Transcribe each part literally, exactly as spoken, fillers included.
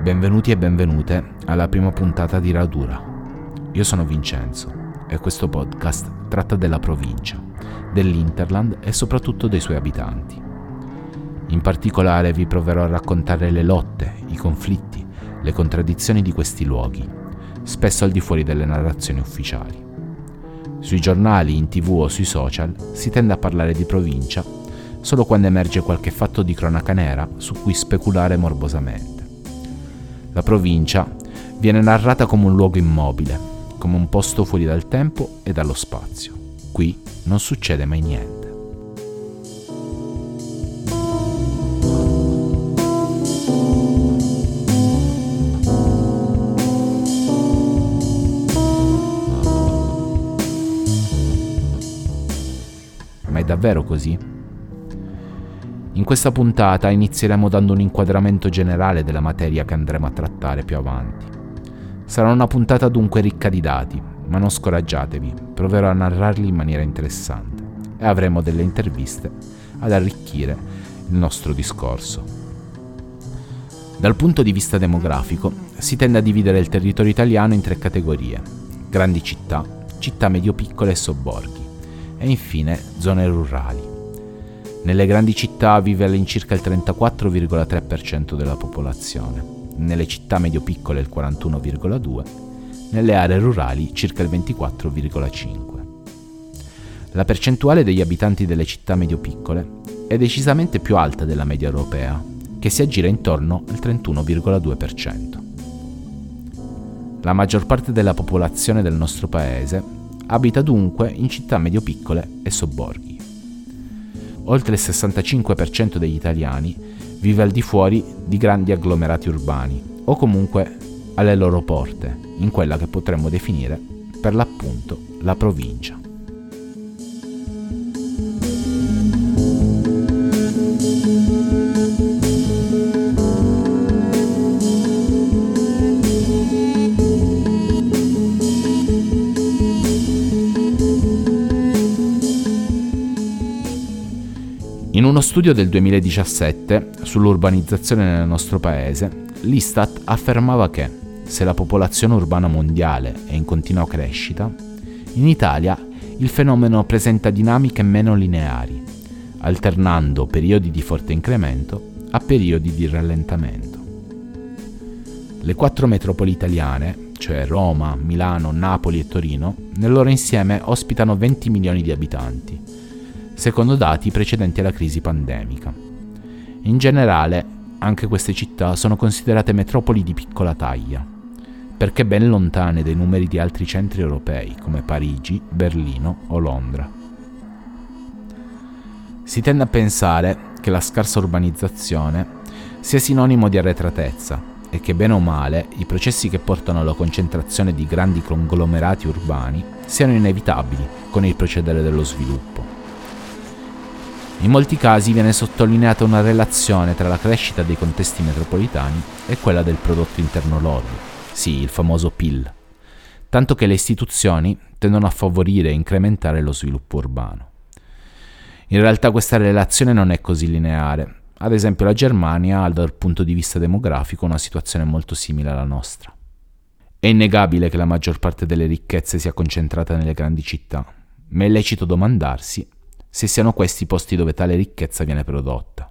Benvenuti e benvenute alla prima puntata di Radura. Io sono Vincenzo e questo podcast tratta della provincia, dell'Interland e soprattutto dei suoi abitanti. In particolare vi proverò a raccontare le lotte, i conflitti, le contraddizioni di questi luoghi, spesso al di fuori delle narrazioni ufficiali. Sui giornali, in tv o sui social si tende a parlare di provincia solo quando emerge qualche fatto di cronaca nera su cui speculare morbosamente. La provincia viene narrata come un luogo immobile, come un posto fuori dal tempo e dallo spazio. Qui non succede mai niente. Ma è davvero così? In questa puntata inizieremo dando un inquadramento generale della materia che andremo a trattare più avanti. Sarà una puntata dunque ricca di dati, ma non scoraggiatevi, proverò a narrarli in maniera interessante e avremo delle interviste ad arricchire il nostro discorso. Dal punto di vista demografico si tende a dividere il territorio italiano in tre categorie: grandi città, città medio-piccole e sobborghi, e infine zone rurali. Nelle grandi città vive all'incirca il trentaquattro virgola tre per cento della popolazione, nelle città medio-piccole il quarantuno virgola due per cento, nelle aree rurali circa il ventiquattro virgola cinque per cento. La percentuale degli abitanti delle città medio-piccole è decisamente più alta della media europea, che si aggira intorno al trentuno virgola due per cento. La maggior parte della popolazione del nostro paese abita dunque in città medio-piccole e sobborghi. Oltre il sessantacinque per cento degli italiani vive al di fuori di grandi agglomerati urbani o comunque alle loro porte, in quella che potremmo definire per l'appunto la provincia. In uno studio del duemiladiciassette sull'urbanizzazione nel nostro paese, l'Istat affermava che, se la popolazione urbana mondiale è in continua crescita, in Italia il fenomeno presenta dinamiche meno lineari, alternando periodi di forte incremento a periodi di rallentamento. Le quattro metropoli italiane, cioè Roma, Milano, Napoli e Torino, nel loro insieme ospitano venti milioni di abitanti, secondo dati precedenti alla crisi pandemica. In generale, anche queste città sono considerate metropoli di piccola taglia, perché ben lontane dai numeri di altri centri europei come Parigi, Berlino o Londra. Si tende a pensare che la scarsa urbanizzazione sia sinonimo di arretratezza e che bene o male i processi che portano alla concentrazione di grandi conglomerati urbani siano inevitabili con il procedere dello sviluppo. In molti casi viene sottolineata una relazione tra la crescita dei contesti metropolitani e quella del prodotto interno lordo, sì, il famoso P I L, tanto che le istituzioni tendono a favorire e incrementare lo sviluppo urbano. In realtà questa relazione non è così lineare. Ad esempio la Germania ha dal punto di vista demografico una situazione molto simile alla nostra. È innegabile che la maggior parte delle ricchezze sia concentrata nelle grandi città, ma è lecito domandarsi se siano questi i posti dove tale ricchezza viene prodotta.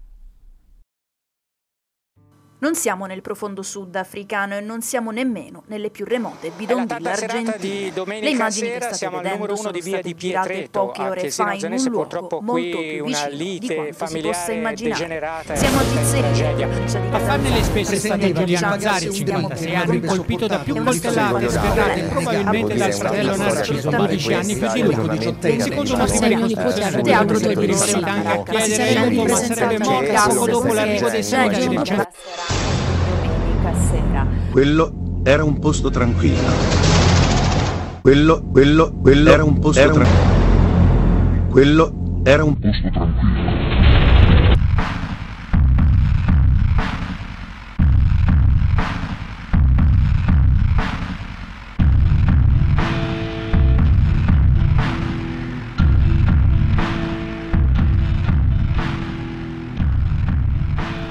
Non siamo nel profondo sud africano e non siamo nemmeno nelle più remote bidonville argentine. Le immagini che state siamo vedendo al numero uno sono di via state di girate Pietreto, poche ore a fa in un Chiesino luogo purtroppo molto qui più una vicino di lite quanto si possa familiare immaginare. degenerata. Siamo a Zizzeria, provincia di A farne le spese è stato Catanzaro. Giuliano Mazzari, cinquantasei anni, colpito da più coltellate sferrate probabilmente dal fratello Narciso, dodici anni più di lui. Secondo una prima ricostruzione, Teatro del è riuscita anche a chiedere lungo ma sarebbe morta poco dopo l'arrivo dei suoi del centro. Quello era un posto tranquillo. Quello, quello, quello era un posto tranquillo. Quello era un posto tranquillo.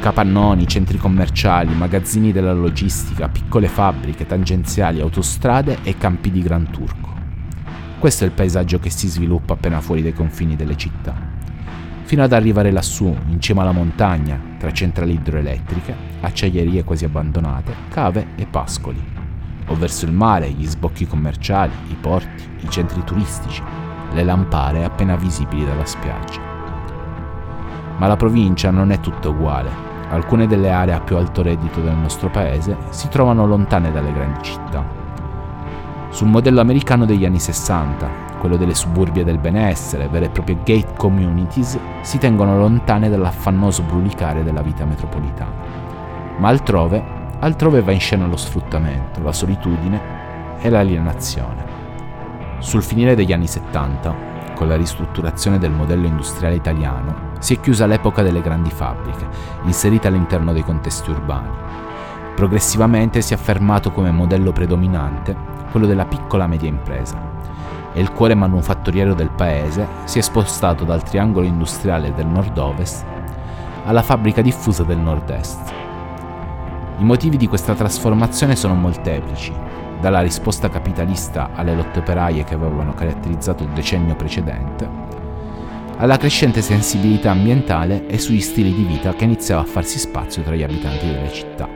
capannoni, centri commerciali, magazzini della logistica, piccole fabbriche, tangenziali, autostrade e campi di gran turco. Questo è il paesaggio che si sviluppa appena fuori dai confini delle città, fino ad arrivare lassù, in cima alla montagna, tra centrali idroelettriche, acciaierie quasi abbandonate, cave e pascoli, o verso il mare, gli sbocchi commerciali, i porti, i centri turistici, le lampare appena visibili dalla spiaggia. Ma la provincia non è tutta uguale. Alcune delle aree a più alto reddito del nostro paese si trovano lontane dalle grandi città. Sul modello americano degli anni sessanta, quello delle suburbie del benessere, vere e proprie gate communities, si tengono lontane dall'affannoso brulicare della vita metropolitana. Ma altrove, altrove va in scena lo sfruttamento, la solitudine e l'alienazione. Sul finire degli anni settanta, con la ristrutturazione del modello industriale italiano, si è chiusa l'epoca delle grandi fabbriche, inserite all'interno dei contesti urbani. Progressivamente si è affermato come modello predominante quello della piccola media impresa, e il cuore manufatturiero del paese si è spostato dal triangolo industriale del nord-ovest alla fabbrica diffusa del nord-est. I motivi di questa trasformazione sono molteplici, dalla risposta capitalista alle lotte operaie che avevano caratterizzato il decennio precedente, alla crescente sensibilità ambientale e sugli stili di vita che iniziava a farsi spazio tra gli abitanti delle città.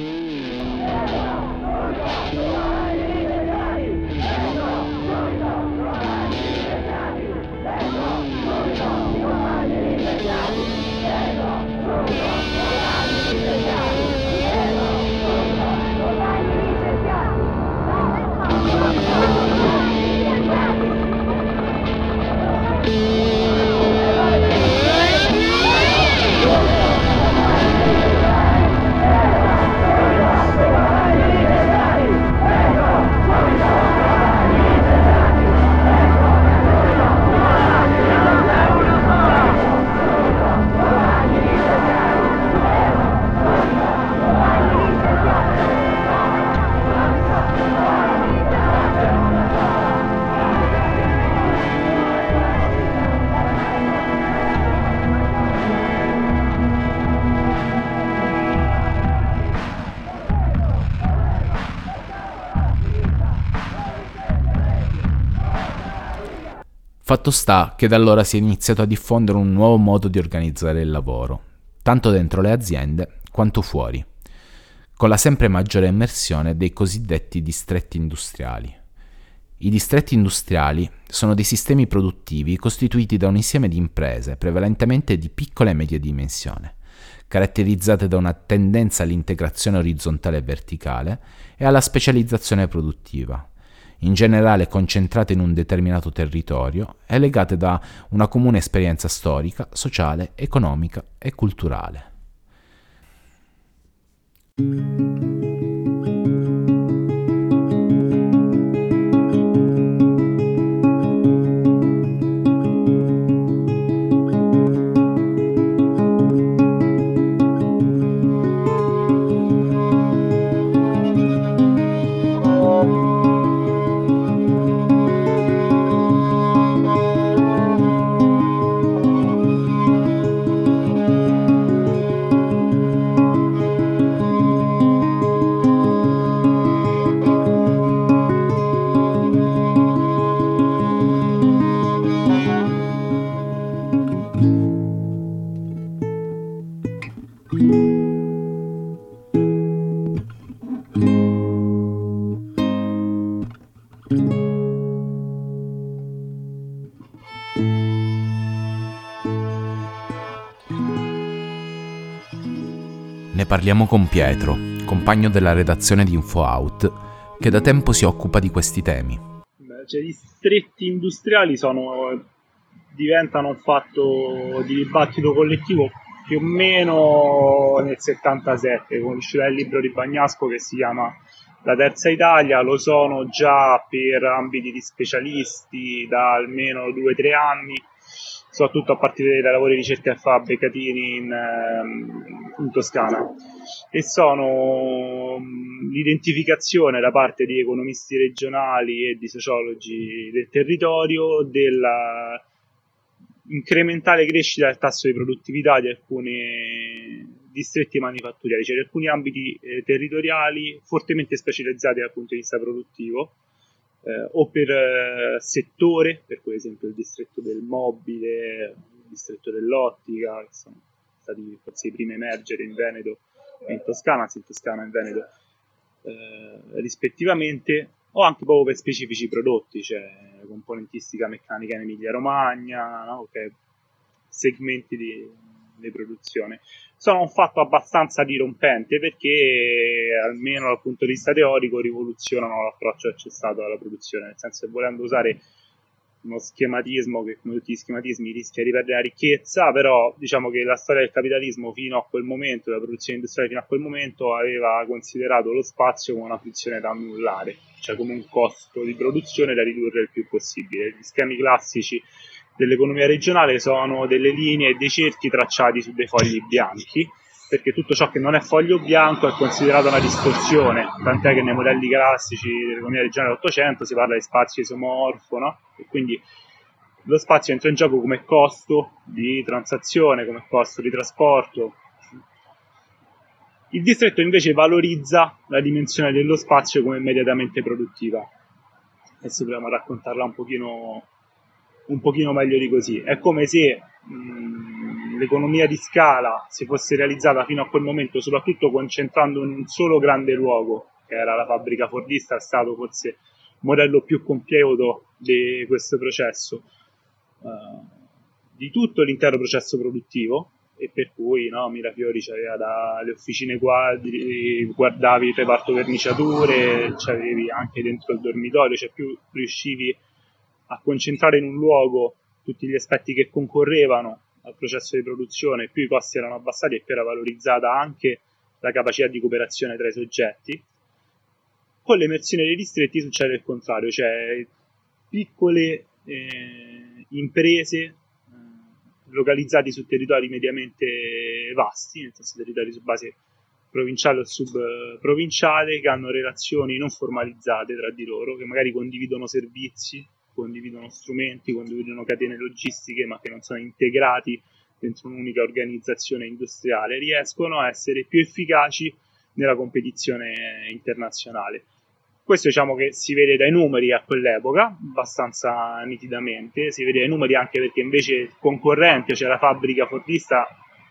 Fatto sta che da allora si è iniziato a diffondere un nuovo modo di organizzare il lavoro, tanto dentro le aziende quanto fuori, con la sempre maggiore emersione dei cosiddetti distretti industriali. I distretti industriali sono dei sistemi produttivi costituiti da un insieme di imprese, prevalentemente di piccola e media dimensione, caratterizzate da una tendenza all'integrazione orizzontale e verticale e alla specializzazione produttiva, in generale concentrate in un determinato territorio e legate da una comune esperienza storica, sociale, economica e culturale. Ne parliamo con Pietro, compagno della redazione di InfoOut, che da tempo si occupa di questi temi. Cioè, i distretti industriali sono, diventano un fatto di dibattito collettivo più o meno nel settantasette, con l'uscita del libro di Bagnasco che si chiama La Terza Italia. Lo sono già per ambiti di specialisti da almeno due o tre anni, soprattutto a partire dai lavori di ricerca e fabbricatini in, in Toscana, e sono l'identificazione da parte di economisti regionali e di sociologi del territorio della incrementale crescita del tasso di produttività di alcune, distretti manifatturieri, cioè alcuni ambiti eh, territoriali fortemente specializzati dal punto di vista produttivo, eh, o per eh, settore, per cui ad esempio il distretto del mobile, il distretto dell'ottica, che sono stati forse i primi a emergere in Veneto e in Toscana, anzi in Toscana e in Veneto eh, rispettivamente, o anche proprio per specifici prodotti, cioè componentistica meccanica in Emilia Romagna, no? Okay, segmenti di, di produzione. Sono un fatto abbastanza dirompente perché, almeno dal punto di vista teorico, rivoluzionano l'approccio che c'è stato alla produzione, nel senso che volendo usare uno schematismo che, come tutti gli schematismi, rischia di perdere la ricchezza, però diciamo che la storia del capitalismo fino a quel momento, della produzione industriale fino a quel momento, aveva considerato lo spazio come una funzione da annullare, cioè come un costo di produzione da ridurre il più possibile. Gli schemi classici dell'economia regionale sono delle linee e dei cerchi tracciati su dei fogli bianchi, perché tutto ciò che non è foglio bianco è considerato una distorsione, tant'è che nei modelli classici dell'economia regionale dell'Ottocento si parla di spazio isomorfo, no? E quindi lo spazio entra in gioco come costo di transazione, come costo di trasporto. Il distretto invece valorizza la dimensione dello spazio come immediatamente produttiva. Adesso proviamo a raccontarla un pochino, un pochino meglio di così. È come se mh, l'economia di scala si fosse realizzata fino a quel momento soprattutto concentrando in un solo grande luogo, che era la fabbrica fordista, è stato forse il modello più compiuto di questo processo, uh, di tutto l'intero processo produttivo, e per cui no, Mirafiori c'aveva dalle officine quadri, guardavi il reparto verniciature, c'avevi anche dentro il dormitorio, cioè più riuscivi a concentrare in un luogo tutti gli aspetti che concorrevano al processo di produzione, più i costi erano abbassati e più era valorizzata anche la capacità di cooperazione tra i soggetti. Con l'emersione dei distretti succede il contrario, cioè piccole eh, imprese eh, localizzati su territori mediamente vasti, nel senso territori su base provinciale o subprovinciale, che hanno relazioni non formalizzate tra di loro, che magari condividono servizi, condividono strumenti, condividono catene logistiche, ma che non sono integrati dentro un'unica organizzazione industriale, riescono a essere più efficaci nella competizione internazionale. Questo diciamo che si vede dai numeri a quell'epoca, abbastanza nitidamente, si vede dai numeri anche perché invece il concorrente, cioè la fabbrica fordista,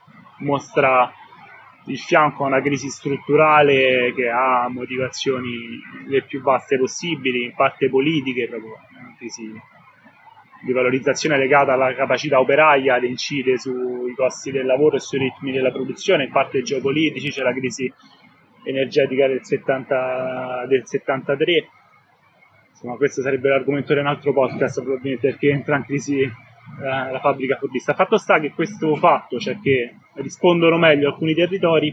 mostra il fianco a una crisi strutturale che ha motivazioni le più vaste possibili, in parte politiche, proprio una crisi di valorizzazione legata alla capacità operaia di incidere sui costi del lavoro e sui ritmi della produzione, in parte geopolitici, c'è la crisi energetica del, settanta, del settantatré, insomma questo sarebbe l'argomento di un altro podcast probabilmente, perché entra in crisi eh, la fabbrica fordista. Fatto sta che questo fatto, cioè che rispondono meglio alcuni territori,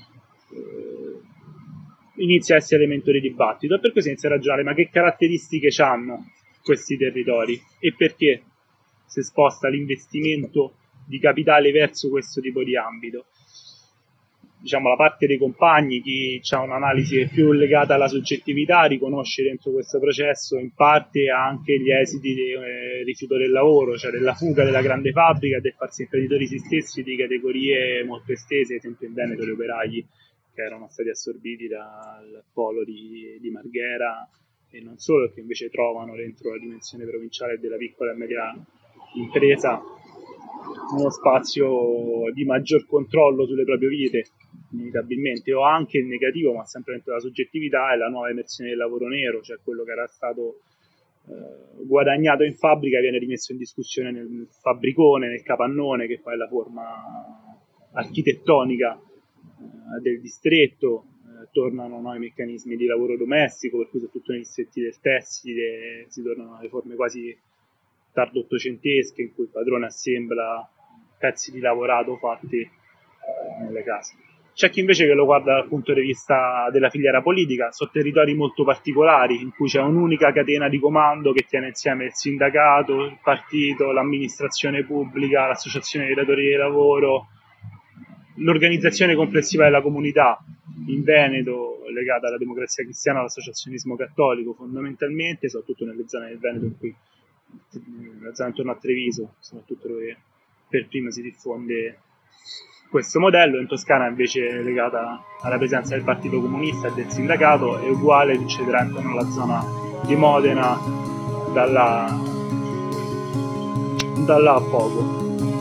eh, inizia a essere elemento di dibattito, e per cui si inizia a ragionare ma che caratteristiche hanno questi territori e perché si sposta l'investimento di capitale verso questo tipo di ambito. Diciamo la parte dei compagni, chi ha un'analisi più legata alla soggettività, riconosce dentro questo processo in parte anche gli esiti del eh, rifiuto del lavoro, cioè della fuga della grande fabbrica e del farsi imprenditori si stessi di categorie molto estese, ad esempio in Veneto gli operai che erano stati assorbiti dal polo di, di Marghera, e non solo, che invece trovano dentro la dimensione provinciale della piccola e media impresa uno spazio di maggior controllo sulle proprie vite, inevitabilmente, o anche il negativo, ma sempre dentro la soggettività, è la nuova emersione del lavoro nero, cioè quello che era stato eh, guadagnato in fabbrica viene rimesso in discussione nel fabbricone, nel capannone, che poi è la forma architettonica eh, del distretto. Eh, tornano no, i meccanismi di lavoro domestico, per cui soprattutto negli distretti del tessile si tornano alle forme quasi tardo ottocentesche, in cui il padrone assembla pezzi di lavorato fatti eh, nelle case. C'è chi invece che lo guarda dal punto di vista della filiera politica, sono territori molto particolari, in cui c'è un'unica catena di comando che tiene insieme il sindacato, il partito, l'amministrazione pubblica, l'associazione dei datori di lavoro, l'organizzazione complessiva della comunità. In Veneto, legata alla democrazia cristiana, all'associazionismo cattolico fondamentalmente, soprattutto nelle zone del Veneto in cui nella zona intorno a Treviso, soprattutto dove per prima si diffonde questo modello. In Toscana invece è legata alla presenza del Partito Comunista e del sindacato, è uguale, succederà intorno alla zona di Modena dalla, dalla a poco.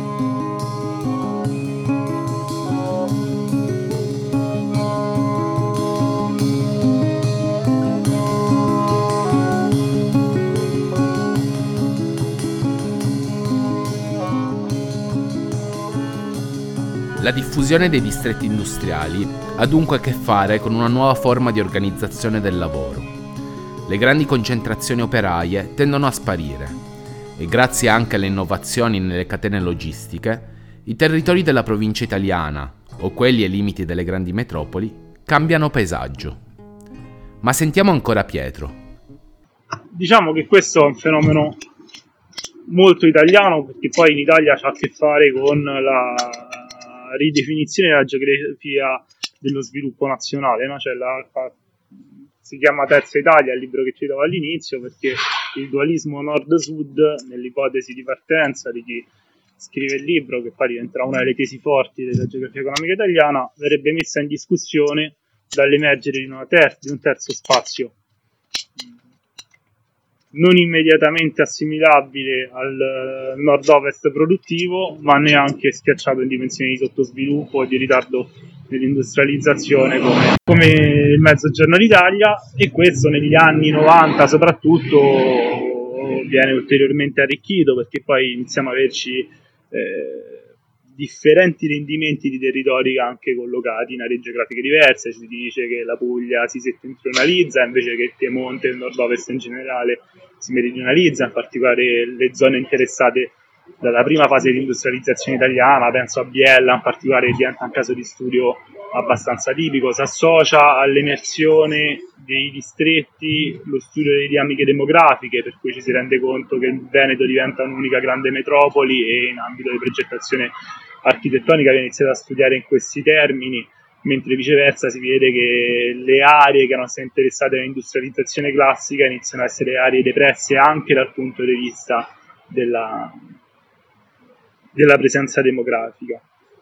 La diffusione dei distretti industriali ha dunque a che fare con una nuova forma di organizzazione del lavoro. Le grandi concentrazioni operaie tendono a sparire e grazie anche alle innovazioni nelle catene logistiche, i territori della provincia italiana o quelli ai limiti delle grandi metropoli cambiano paesaggio. Ma sentiamo ancora Pietro. Diciamo che questo è un fenomeno molto italiano, perché poi in Italia c'ha a che fare con la ridefinizione della geografia dello sviluppo nazionale, no? Cioè la, si chiama Terza Italia il libro che citavo all'inizio, perché il dualismo nord-sud, nell'ipotesi di partenza di chi scrive il libro, che poi diventerà una delle tesi forti della geografia economica italiana, verrebbe messa in discussione dall'emergere di, una ter- di un terzo spazio non immediatamente assimilabile al nord-ovest produttivo, ma neanche schiacciato in dimensioni di sottosviluppo e di ritardo nell'industrializzazione come, come il Mezzogiorno d'Italia, e questo negli anni novanta soprattutto viene ulteriormente arricchito, perché poi iniziamo a averci eh, differenti rendimenti di territori anche collocati in aree geografiche diverse. Si dice che la Puglia si settentrionalizza invece che il Piemonte e il nord-ovest in generale si meridionalizza, in particolare le zone interessate dalla prima fase di industrializzazione italiana, penso a Biella in particolare, che diventa un caso di studio abbastanza tipico. Si associa all'emersione dei distretti lo studio delle dinamiche demografiche, per cui ci si rende conto che il Veneto diventa un'unica grande metropoli e in ambito di progettazione architettonica viene iniziato a studiare in questi termini, mentre viceversa si vede che le aree che erano state interessate all'industrializzazione classica iniziano a essere aree depresse anche dal punto di vista della, della presenza demografica.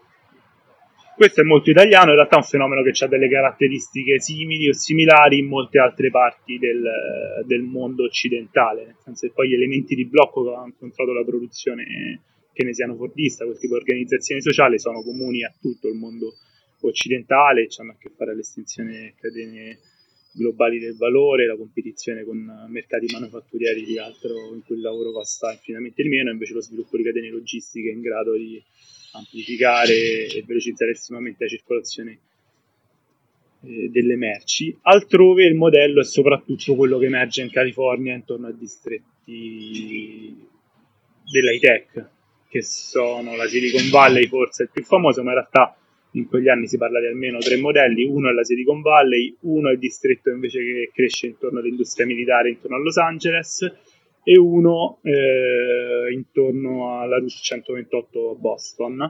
Questo è molto italiano, in realtà è un fenomeno che ha delle caratteristiche simili o similari in molte altre parti del, del mondo occidentale, nel senso che poi gli elementi di blocco che hanno incontrato la produzione keynesiano-fordista, quel tipo di organizzazione sociale, sono comuni a tutto il mondo occidentale, hanno a che fare all'estensione delle catene globali del valore, la competizione con mercati manufatturieri di altro in cui il lavoro costa infinitamente di meno, invece lo sviluppo di catene logistiche in grado di amplificare e velocizzare estremamente la circolazione eh, delle merci. Altrove il modello è soprattutto quello che emerge in California intorno a distretti dell'high tech, che sono la Silicon Valley, forse il più famoso, ma in realtà in quegli anni si parla di almeno tre modelli. Uno è la Silicon Valley, uno è il distretto invece che cresce intorno all'industria militare, intorno a Los Angeles, e uno eh, intorno alla Route centoventotto a Boston.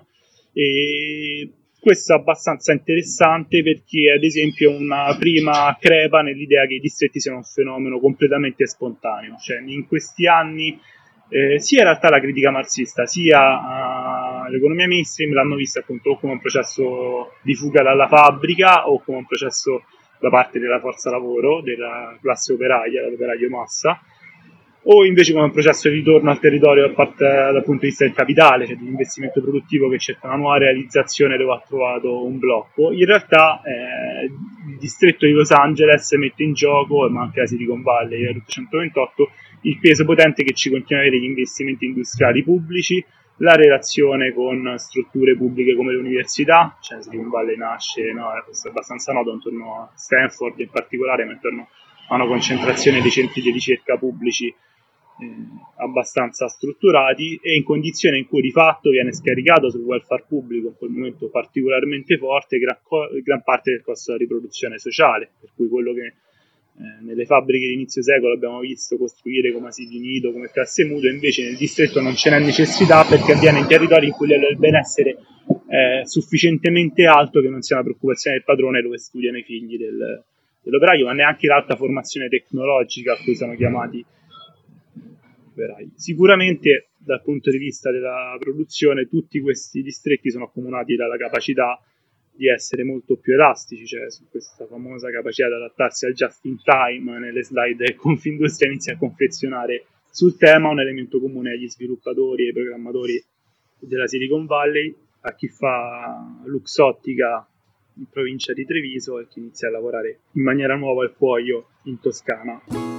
E questo è abbastanza interessante perché ad esempio è una prima crepa nell'idea che i distretti siano un fenomeno completamente spontaneo, cioè in questi anni eh, sia in realtà la critica marxista sia uh, l'economia mainstream l'hanno vista appunto o come un processo di fuga dalla fabbrica o come un processo da parte della forza lavoro, della classe operaia, dell'operaio massa, o invece come un processo di ritorno al territorio dal, parte, dal punto di vista del capitale, cioè dell'investimento produttivo che cerca una nuova realizzazione dove ha trovato un blocco. In realtà eh, il distretto di Los Angeles mette in gioco, ma anche la Silicon Valley, la Route centoventotto, il peso potente che ci continua ad avere gli investimenti industriali pubblici, la relazione con strutture pubbliche come le università, cioè Silicon Valley nasce, no, questo è abbastanza noto, intorno a Stanford in particolare, ma intorno a una concentrazione di centri di ricerca pubblici Eh, abbastanza strutturati, e in condizioni in cui di fatto viene scaricato sul welfare pubblico in quel momento particolarmente forte gran, co- gran parte del costo della riproduzione sociale, per cui quello che eh, nelle fabbriche di inizio secolo abbiamo visto costruire come asili nido, come casse mutuo, invece nel distretto non ce n'è necessità perché avviene in territori in cui il livello del benessere è sufficientemente alto che non sia una preoccupazione del padrone dove studiano i figli del, dell'operaio, ma neanche l'alta formazione tecnologica a cui sono chiamati operai. Sicuramente dal punto di vista della produzione, tutti questi distretti sono accomunati dalla capacità di essere molto più elastici, cioè su questa famosa capacità di adattarsi al just in time. Nelle slide che Confindustria inizia a confezionare sul tema, un elemento comune agli sviluppatori e ai programmatori della Silicon Valley, a chi fa Luxottica in provincia di Treviso e chi inizia a lavorare in maniera nuova al cuoio in Toscana.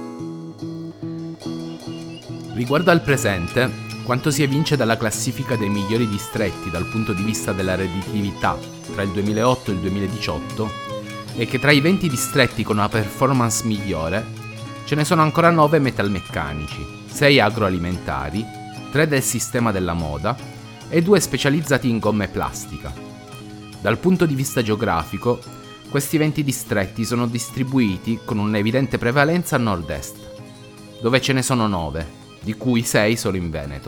Riguardo al presente, quanto si evince dalla classifica dei migliori distretti dal punto di vista della redditività tra il duemilaotto e il duemiladiciotto è che tra i venti distretti con una performance migliore ce ne sono ancora nove metalmeccanici, sei agroalimentari, tre del sistema della moda e due specializzati in gomma e plastica. Dal punto di vista geografico, questi venti distretti sono distribuiti con un'evidente prevalenza a nord-est, dove ce ne sono nove, di cui sei solo in Veneto.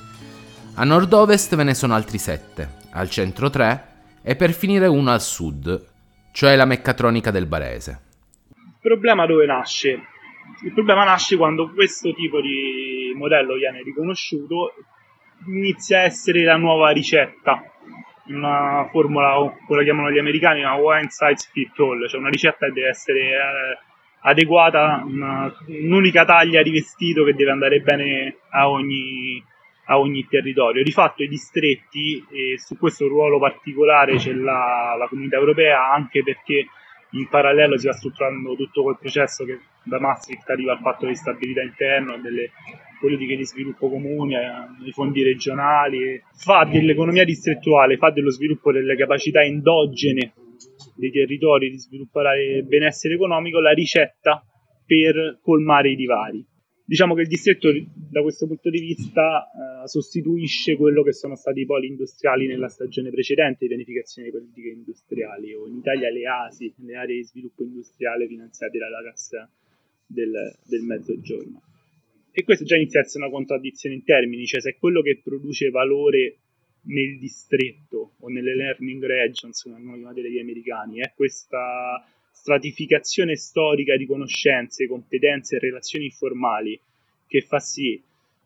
A nord-ovest ve ne sono altri sette, al centro tre e per finire uno al sud, cioè la meccatronica del Barese. Il problema dove nasce? Il problema nasce quando questo tipo di modello viene riconosciuto, inizia a essere la nuova ricetta, una formula, quello che chiamano gli americani, una one size fits all, cioè una ricetta che deve essere eh, adeguata, una, un'unica taglia di vestito che deve andare bene a ogni, a ogni territorio. Di fatto i distretti, e su questo ruolo particolare c'è la, la Comunità Europea, anche perché in parallelo si va strutturando tutto quel processo che da Maastricht arriva al patto di stabilità interno, delle politiche di sviluppo comuni, ai fondi regionali, fa dell'economia distrettuale, fa dello sviluppo delle capacità endogene dei territori di sviluppare benessere economico la ricetta per colmare i divari. Diciamo che il distretto da questo punto di vista eh, sostituisce quello che sono stati i poli industriali nella stagione precedente di pianificazione di politiche industriali, o in Italia le A S I, le aree di sviluppo industriale finanziate dalla Cassa del, del Mezzogiorno. E questo già inizia a essere una contraddizione in termini, cioè se quello che produce valore nel distretto o nelle learning regions, come vengono chiamate gli americani, è questa stratificazione storica di conoscenze, competenze e relazioni informali che fa sì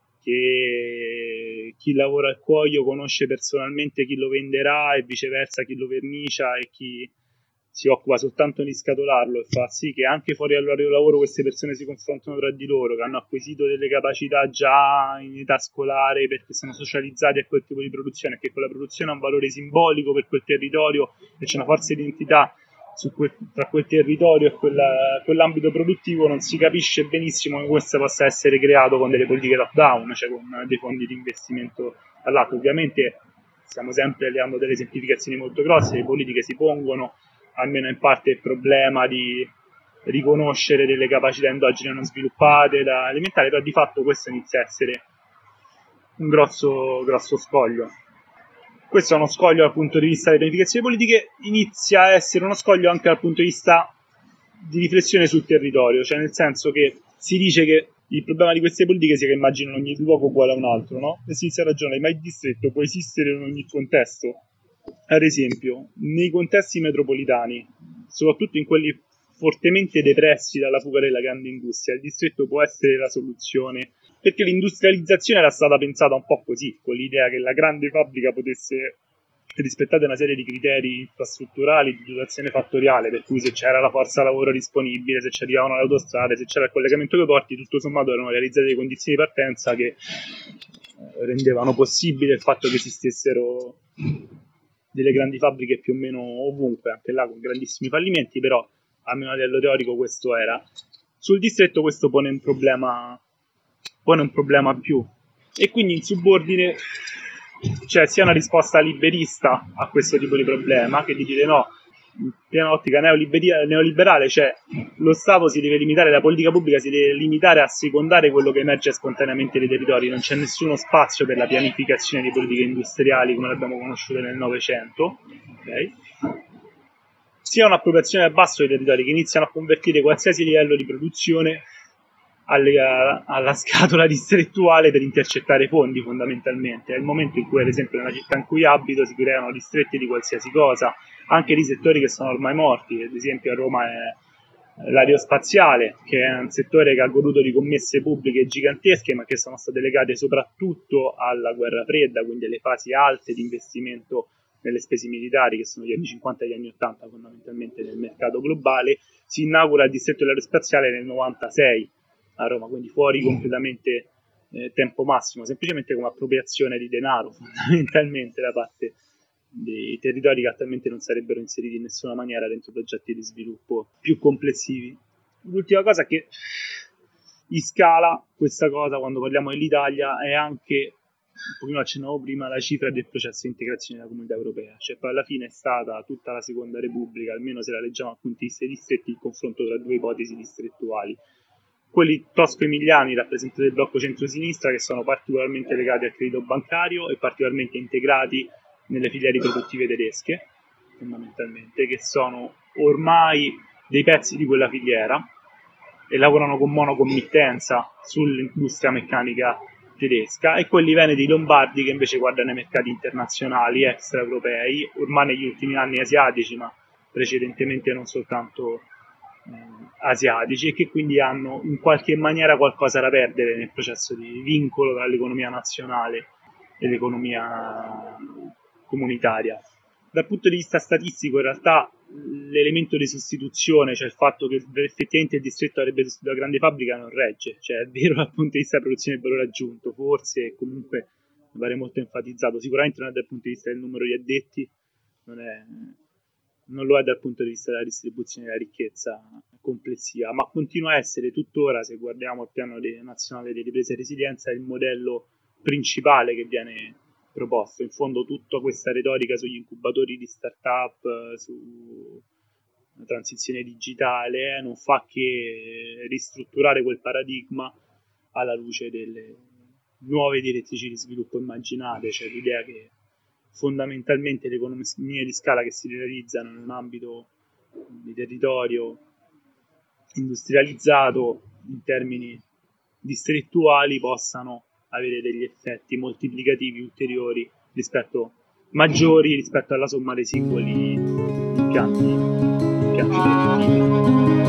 che chi lavora al cuoio conosce personalmente chi lo venderà e viceversa chi lo vernicia, e chi si occupa soltanto di scatolarlo, e fa sì che anche fuori dall'orario di lavoro queste persone si confrontano tra di loro, che hanno acquisito delle capacità già in età scolare perché sono socializzati a quel tipo di produzione, e che quella produzione ha un valore simbolico per quel territorio e c'è una forza di identità su quel, tra quel territorio e quella, quell'ambito produttivo. Non si capisce benissimo come questo possa essere creato con delle politiche top-down, cioè con dei fondi di investimento all'alto. Ovviamente stiamo sempre alleando delle semplificazioni molto grosse, le politiche si pongono almeno in parte il problema di riconoscere delle capacità endogene non sviluppate da alimentare, però di fatto questo inizia a essere un grosso, grosso scoglio. Questo è uno scoglio dal punto di vista delle pianificazioni politiche, inizia a essere uno scoglio anche dal punto di vista di riflessione sul territorio, cioè nel senso che si dice che il problema di queste politiche sia che immaginano ogni luogo uguale a un altro, no? E si inizia a ragionare, ma il distretto può esistere in ogni contesto? Ad esempio, nei contesti metropolitani, soprattutto in quelli fortemente depressi dalla fuga della grande industria, il distretto può essere la soluzione, perché l'industrializzazione era stata pensata un po' così, con l'idea che la grande fabbrica potesse rispettare una serie di criteri infrastrutturali di dotazione fattoriale, per cui se c'era la forza lavoro disponibile, se ci arrivavano le autostrade, se c'era il collegamento con i porti, tutto sommato erano realizzate delle condizioni di partenza che rendevano possibile il fatto che esistessero delle grandi fabbriche più o meno ovunque, anche là con grandissimi fallimenti, però almeno a livello teorico questo era. Sul distretto questo pone un problema pone un problema più, e quindi in subordine c'è sia una risposta liberista a questo tipo di problema, che di dire no, in piena ottica neoliberale, cioè lo Stato si deve limitare, la politica pubblica si deve limitare a secondare quello che emerge spontaneamente dai territori, non c'è nessuno spazio per la pianificazione di politiche industriali come l'abbiamo conosciuta nel Novecento, okay? Sia un'appropriazione al basso dei territori che iniziano a convertire qualsiasi livello di produzione alla, alla scatola distrettuale per intercettare fondi, fondamentalmente. È il momento in cui, ad esempio, nella città in cui abito si creano distretti di qualsiasi cosa, anche di settori che sono ormai morti. Ad esempio a Roma è L'aerospaziale, che è un settore che ha goduto di commesse pubbliche gigantesche, ma che sono state legate soprattutto alla guerra fredda, quindi alle fasi alte di investimento nelle spese militari, che sono gli anni cinquanta e gli anni ottanta fondamentalmente nel mercato globale. Si inaugura il distretto dell'aerospaziale nel novantasei a Roma, quindi fuori completamente eh, tempo massimo, semplicemente come appropriazione di denaro fondamentalmente da parte dei territori che attualmente non sarebbero inseriti in nessuna maniera dentro progetti di sviluppo più complessivi. L'ultima cosa che in scala questa cosa, quando parliamo dell'Italia, è anche, un pochino accennavo prima, la cifra del processo di integrazione della comunità europea, cioè poi alla fine è stata tutta la seconda repubblica, almeno se la leggiamo dal punto di vista dei distretti, il confronto tra due ipotesi distrettuali, quelli tosco-emiliani rappresentati del blocco centro-sinistra, che sono particolarmente legati al credito bancario e particolarmente integrati nelle filiere produttive tedesche, fondamentalmente, che sono ormai dei pezzi di quella filiera e lavorano con monocommittenza sull'industria meccanica tedesca, e quelli veneti lombardi che invece guardano ai mercati internazionali extraeuropei, ormai negli ultimi anni asiatici, ma precedentemente non soltanto eh, asiatici, e che quindi hanno in qualche maniera qualcosa da perdere nel processo di vincolo tra l'economia nazionale e l'economia comunitaria. Dal punto di vista statistico, in realtà l'elemento di sostituzione, cioè il fatto che effettivamente il distretto avrebbe sostituito la grande fabbrica, non regge, cioè è vero dal punto di vista della produzione del valore aggiunto, forse comunque mi pare molto enfatizzato, sicuramente non è dal punto di vista del numero di addetti, non, è, non lo è dal punto di vista della distribuzione della ricchezza complessiva, ma continua a essere tuttora, se guardiamo il piano nazionale di ripresa e resilienza, il modello principale che viene proposto. In fondo tutta questa retorica sugli incubatori di start-up, su transizione digitale, non fa che ristrutturare quel paradigma alla luce delle nuove direttrici di sviluppo immaginate, cioè l'idea che fondamentalmente le economie di scala che si realizzano in un ambito di territorio industrializzato in termini distrettuali possano avere degli effetti moltiplicativi ulteriori rispetto maggiori rispetto alla somma dei singoli impianti, impianti produttivi.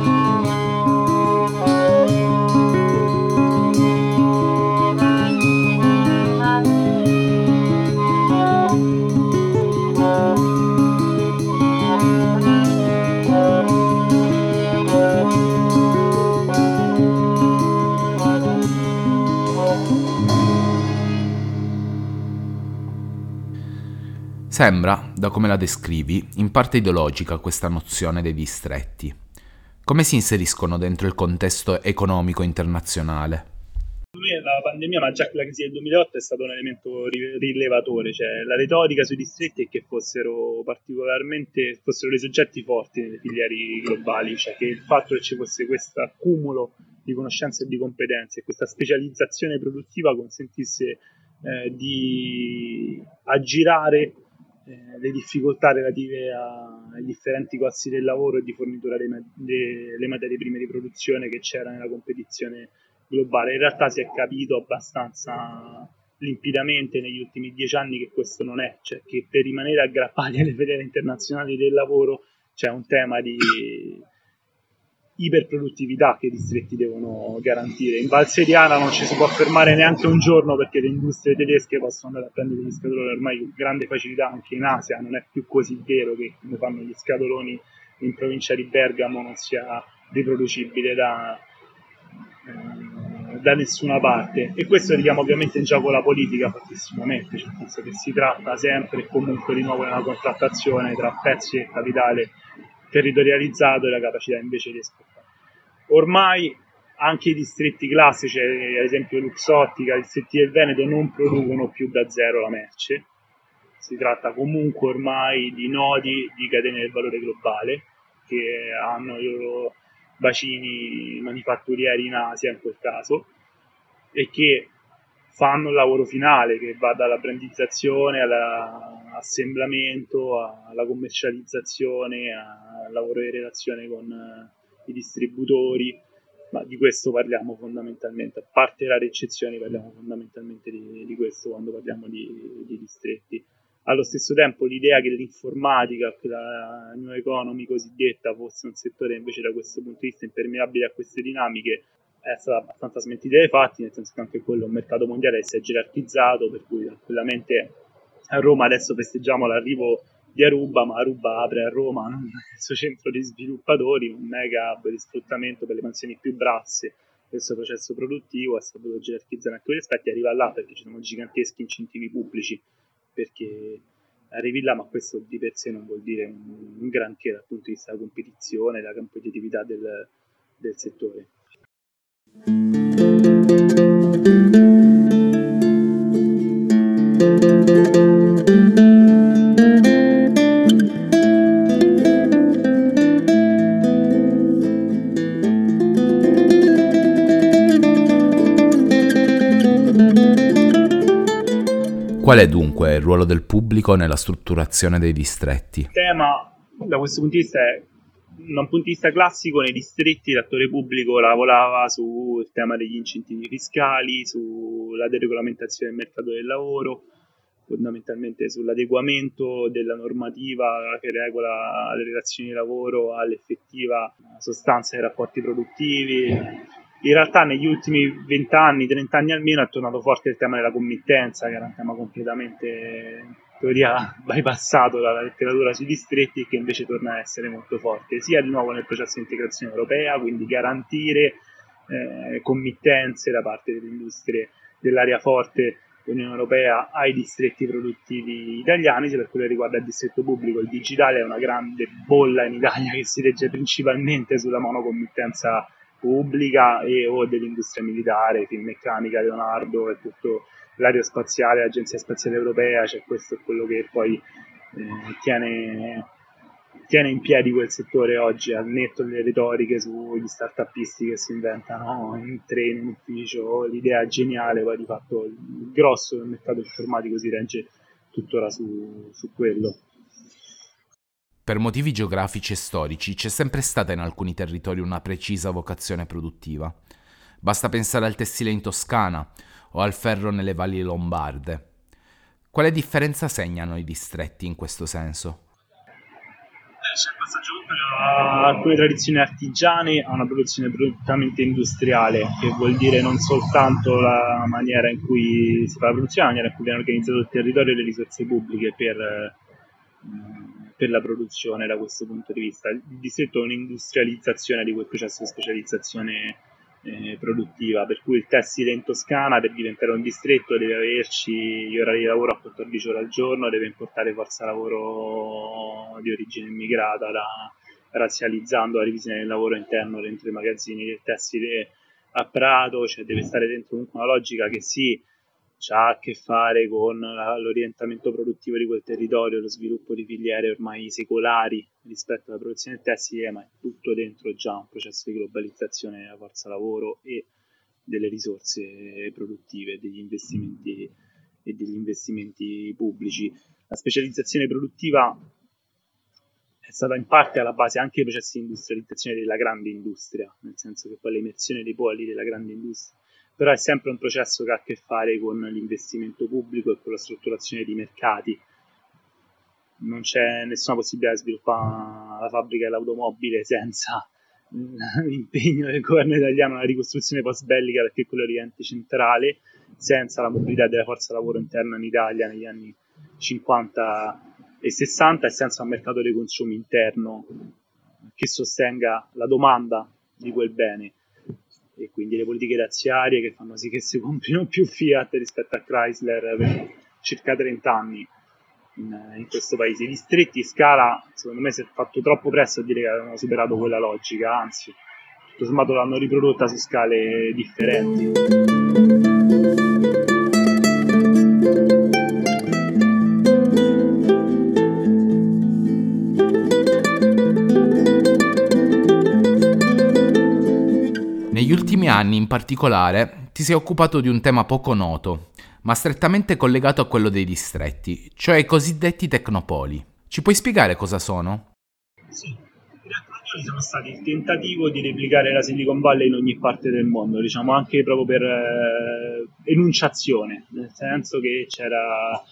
Sembra, da come la descrivi, in parte ideologica questa nozione dei distretti. Come si inseriscono dentro il contesto economico internazionale? Secondo me la pandemia, ma già la crisi del duemilaotto, è stato un elemento rilevatore, cioè la retorica sui distretti è che fossero particolarmente fossero dei soggetti forti nelle filiere globali, cioè che il fatto che ci fosse questo accumulo di conoscenze e di competenze e questa specializzazione produttiva consentisse eh, di aggirare Eh, le difficoltà relative a, ai differenti costi del lavoro e di fornitura delle materie prime di produzione che c'era nella competizione globale. In realtà si è capito abbastanza limpidamente negli ultimi dieci anni che questo non è, cioè che per rimanere aggrappati alle filiere internazionali del lavoro c'è un tema di iperproduttività che i distretti devono garantire. In Val Seriana non ci si può fermare neanche un giorno perché le industrie tedesche possono andare a prendere gli scatoloni ormai con grande facilità anche in Asia. Non è più così vero che come fanno gli scatoloni in provincia di Bergamo non sia riproducibile da, eh, da nessuna parte, e questo richiama ovviamente in gioco la politica fortissimamente, cioè nel senso che si tratta sempre e comunque di nuovo nella contrattazione tra pezzi e capitale territorializzato e la capacità invece di esportare. Ormai anche i distretti classici, ad esempio Luxottica, i distretti del Veneto, non producono più da zero la merce. Si tratta comunque ormai di nodi di catene del valore globale che hanno i loro bacini manifatturieri in Asia in quel caso, e che fanno il lavoro finale che va dalla brandizzazione all'assemblamento, alla commercializzazione, al lavoro di relazione con i distributori, ma di questo parliamo fondamentalmente, a parte le rare eccezioni parliamo fondamentalmente di, di questo quando parliamo di, di distretti. Allo stesso tempo l'idea che l'informatica, che la new economy cosiddetta, fosse un settore invece da questo punto di vista impermeabile a queste dinamiche è stata abbastanza smentita dai fatti, nel senso che anche quello è un mercato mondiale che si è gerarchizzato, per cui tranquillamente a Roma adesso festeggiamo l'arrivo di Aruba, ma Aruba apre a Roma non il suo centro di sviluppatori, un mega hub di sfruttamento per le mansioni più basse del suo processo produttivo, ha saputo gerarchizzare anche quegli aspetti, arriva là perché ci sono giganteschi incentivi pubblici, perché arrivi là, ma questo di per sé non vuol dire un, un granché dal punto di vista della competizione, della competitività del, del settore. Qual è dunque il ruolo del pubblico nella strutturazione dei distretti? Il tema da questo punto di vista è, da un punto di vista classico, nei distretti l'attore pubblico lavorava sul tema degli incentivi fiscali, sulla deregolamentazione del mercato del lavoro, fondamentalmente sull'adeguamento della normativa che regola le relazioni di lavoro all'effettiva sostanza dei rapporti produttivi. In realtà negli ultimi vent'anni, trent'anni almeno, è tornato forte il tema della committenza, che era un tema completamente, in teoria, bypassato dalla letteratura sui distretti e che invece torna a essere molto forte, sia di nuovo nel processo di integrazione europea, quindi garantire eh, committenze da parte delle industrie dell'area forte dell'Unione Europea ai distretti produttivi italiani, sia per quello che riguarda il distretto pubblico. Il digitale è una grande bolla in Italia che si regge principalmente sulla monocommittenza pubblica e o dell'industria militare, Finmeccanica, Leonardo e tutto l'aerospaziale, l'Agenzia Spaziale Europea, cioè questo è quello che poi eh, tiene, tiene in piedi quel settore oggi, al netto delle retoriche sugli start-upisti che si inventano in treno, in ufficio, l'idea geniale, poi di fatto il grosso del mercato informatico si regge tuttora su, su quello. Per motivi geografici e storici c'è sempre stata in alcuni territori una precisa vocazione produttiva. Basta pensare al tessile in Toscana o al ferro nelle valli lombarde. Quale differenza segnano i distretti in questo senso? C'è il passaggio da alcune tradizioni artigiane a una produzione prettamente industriale, che vuol dire non soltanto la maniera in cui si fa la produzione, la maniera in cui viene organizzato il territorio e le risorse pubbliche per... per la produzione. Da questo punto di vista il distretto è un'industrializzazione di quel processo di specializzazione eh, produttiva, per cui il tessile in Toscana, per diventare un distretto, deve averci gli orari di lavoro a quattordici ore al giorno, deve importare forza lavoro di origine immigrata, da, razzializzando la divisione del lavoro interno dentro i magazzini del tessile a Prato, cioè deve stare dentro comunque una logica che sì, c'ha a che fare con l'orientamento produttivo di quel territorio, lo sviluppo di filiere ormai secolari rispetto alla produzione del tessile, ma è tutto dentro già un processo di globalizzazione della forza lavoro e delle risorse produttive, degli investimenti e degli investimenti pubblici. La specializzazione produttiva è stata in parte alla base anche dei processi di industrializzazione della grande industria, nel senso che poi l'emersione dei poli della grande industria, però è sempre un processo che ha a che fare con l'investimento pubblico e con la strutturazione di mercati. Non c'è nessuna possibilità di sviluppare la fabbrica dell'automobile senza l'impegno del governo italiano nella ricostruzione post-bellica, perché quello è l'ente centrale, senza la mobilità della forza lavoro interna in Italia negli anni cinquanta e sessanta e senza un mercato dei consumi interno che sostenga la domanda di quel bene. E quindi le politiche razziarie che fanno sì che si comprino più Fiat rispetto a Chrysler per circa trenta anni in, in questo paese. I distretti in scala, secondo me, si è fatto troppo presto a dire che avevano superato quella logica, anzi, tutto sommato l'hanno riprodotta su scale differenti. Negli ultimi anni, in particolare, ti sei occupato di un tema poco noto, ma strettamente collegato a quello dei distretti, cioè i cosiddetti tecnopoli. Ci puoi spiegare cosa sono? Sì, i tecnopoli sono stati il tentativo di replicare la Silicon Valley in ogni parte del mondo, diciamo anche proprio per eh, enunciazione, nel senso che c'era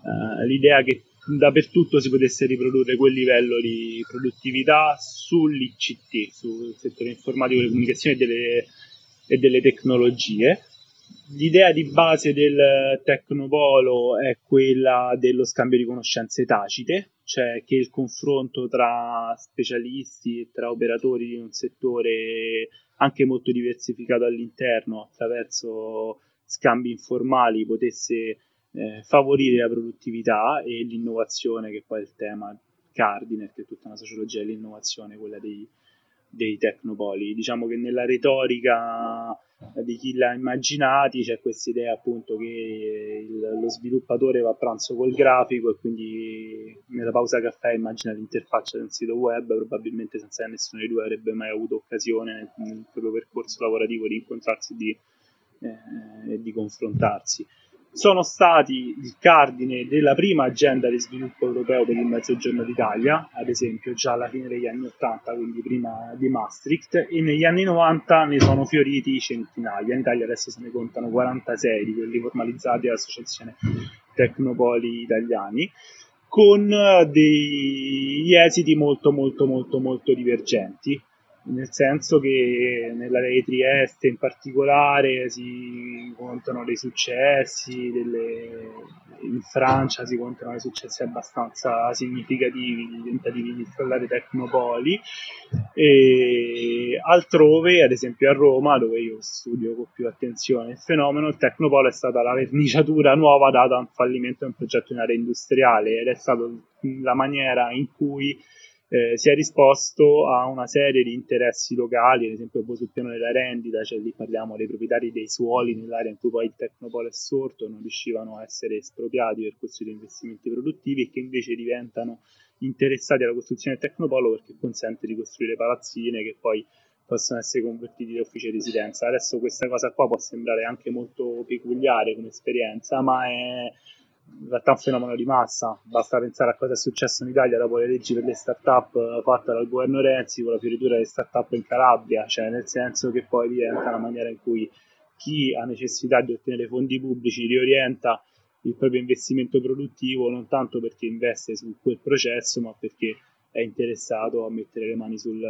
uh, l'idea che dappertutto si potesse riprodurre quel livello di produttività sull'I C T, sul settore informatico, delle comunicazioni e delle, e delle tecnologie. L'idea di base del Tecnopolo è quella dello scambio di conoscenze tacite, cioè che il confronto tra specialisti e tra operatori di un settore anche molto diversificato all'interno, attraverso scambi informali, potesse eh, favorire la produttività e l'innovazione, che poi è il tema cardine, che è tutta una sociologia dell'innovazione, quella dei, dei tecnopoli. Diciamo che nella retorica di chi l'ha immaginati c'è questa idea appunto che il, lo sviluppatore va a pranzo col grafico e quindi nella pausa caffè immagina l'interfaccia di un sito web, probabilmente senza che nessuno dei due avrebbe mai avuto occasione nel, nel proprio percorso lavorativo di incontrarsi e di, eh, di confrontarsi. Sono stati il cardine della prima agenda di sviluppo europeo per il Mezzogiorno d'Italia, ad esempio già alla fine degli anni ottanta, quindi prima di Maastricht, e negli anni novanta ne sono fioriti centinaia. In Italia adesso se ne contano quarantasei di quelli formalizzati dall'Associazione Tecnopoli Italiani, con degli esiti molto molto molto molto divergenti, nel senso che nell'area di Trieste in particolare si contano dei successi, delle... in Francia si contano dei successi abbastanza significativi di tentativi di installare tecnopoli, e altrove, ad esempio a Roma, dove io studio con più attenzione il fenomeno, il tecnopolo è stata la verniciatura nuova data a un fallimento di un progetto in area industriale, ed è stata la maniera in cui Eh, si è risposto a una serie di interessi locali, ad esempio sul piano della rendita, cioè lì parliamo dei proprietari dei suoli nell'area in cui poi il tecnopolo è sorto, non riuscivano a essere espropriati per questi investimenti produttivi, e che invece diventano interessati alla costruzione del tecnopolo perché consente di costruire palazzine che poi possono essere convertiti in uffici di residenza. Adesso questa cosa qua può sembrare anche molto peculiare come esperienza, ma è in realtà un fenomeno di massa. Basta pensare a cosa è successo in Italia dopo le leggi per le start-up fatte dal governo Renzi, con la fioritura delle start-up in Calabria, cioè nel senso che poi diventa una maniera in cui chi ha necessità di ottenere fondi pubblici riorienta il proprio investimento produttivo, non tanto perché investe su quel processo, ma perché è interessato a mettere le mani sul,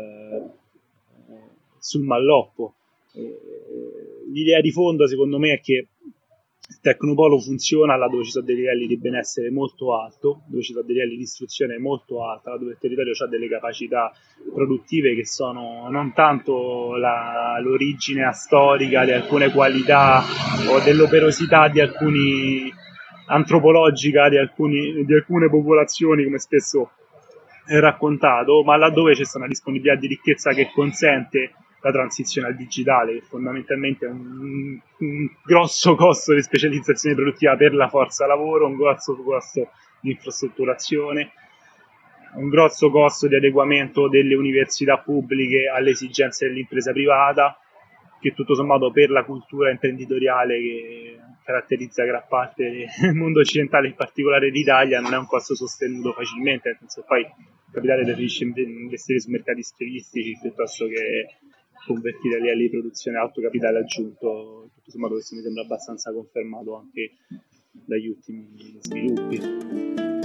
eh, sul malloppo. Eh, l'idea di fondo secondo me è che il tecnopolo funziona là dove ci sono dei livelli di benessere molto alto, dove ci sono dei livelli di istruzione molto alta, dove il territorio ha delle capacità produttive che sono non tanto la, l'origine storica di alcune qualità o dell'operosità di alcuni antropologica di, alcuni, di alcune popolazioni, come spesso è raccontato, ma laddove c'è una disponibilità di ricchezza che consente la transizione al digitale, che fondamentalmente è un, un grosso costo di specializzazione produttiva per la forza lavoro, un grosso costo di infrastrutturazione, un grosso costo di adeguamento delle università pubbliche alle esigenze dell'impresa privata, che tutto sommato per la cultura imprenditoriale che caratterizza gran parte del mondo occidentale, in particolare l'Italia, non è un costo sostenuto facilmente, nel senso che poi il capitale preferisce investire su mercati schiavistici piuttosto che convertire a livelli di produzione alto capitale aggiunto. Tutto sommato questo mi sembra abbastanza confermato anche dagli ultimi sviluppi.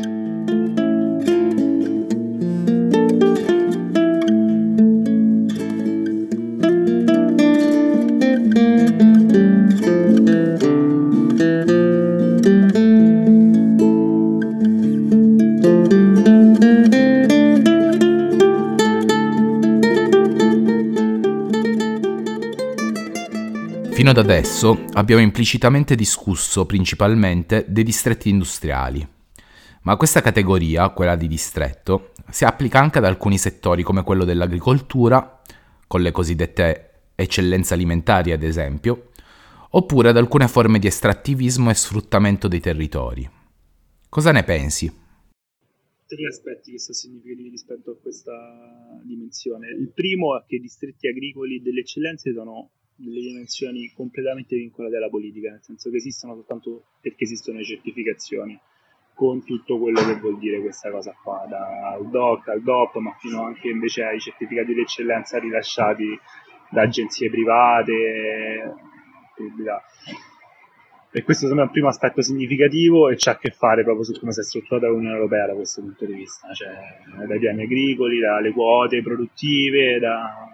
Fino ad adesso abbiamo implicitamente discusso principalmente dei distretti industriali, ma questa categoria, quella di distretto, si applica anche ad alcuni settori come quello dell'agricoltura, con le cosiddette eccellenze alimentari ad esempio, oppure ad alcune forme di estrattivismo e sfruttamento dei territori. Cosa ne pensi? Tre aspetti che sono significativi rispetto a questa dimensione. Il primo è che i distretti agricoli delle eccellenze sono delle dimensioni completamente vincolate alla politica, nel senso che esistono soltanto perché esistono le certificazioni, con tutto quello che vuol dire questa cosa qua, dal D O C al D O P, ma fino anche invece ai certificati di eccellenza rilasciati da agenzie private. E questo secondo me è un primo aspetto significativo e c'ha a che fare proprio su come si è strutturata l'Unione Europea da questo punto di vista, cioè dai piani agricoli, dalle quote produttive. Da...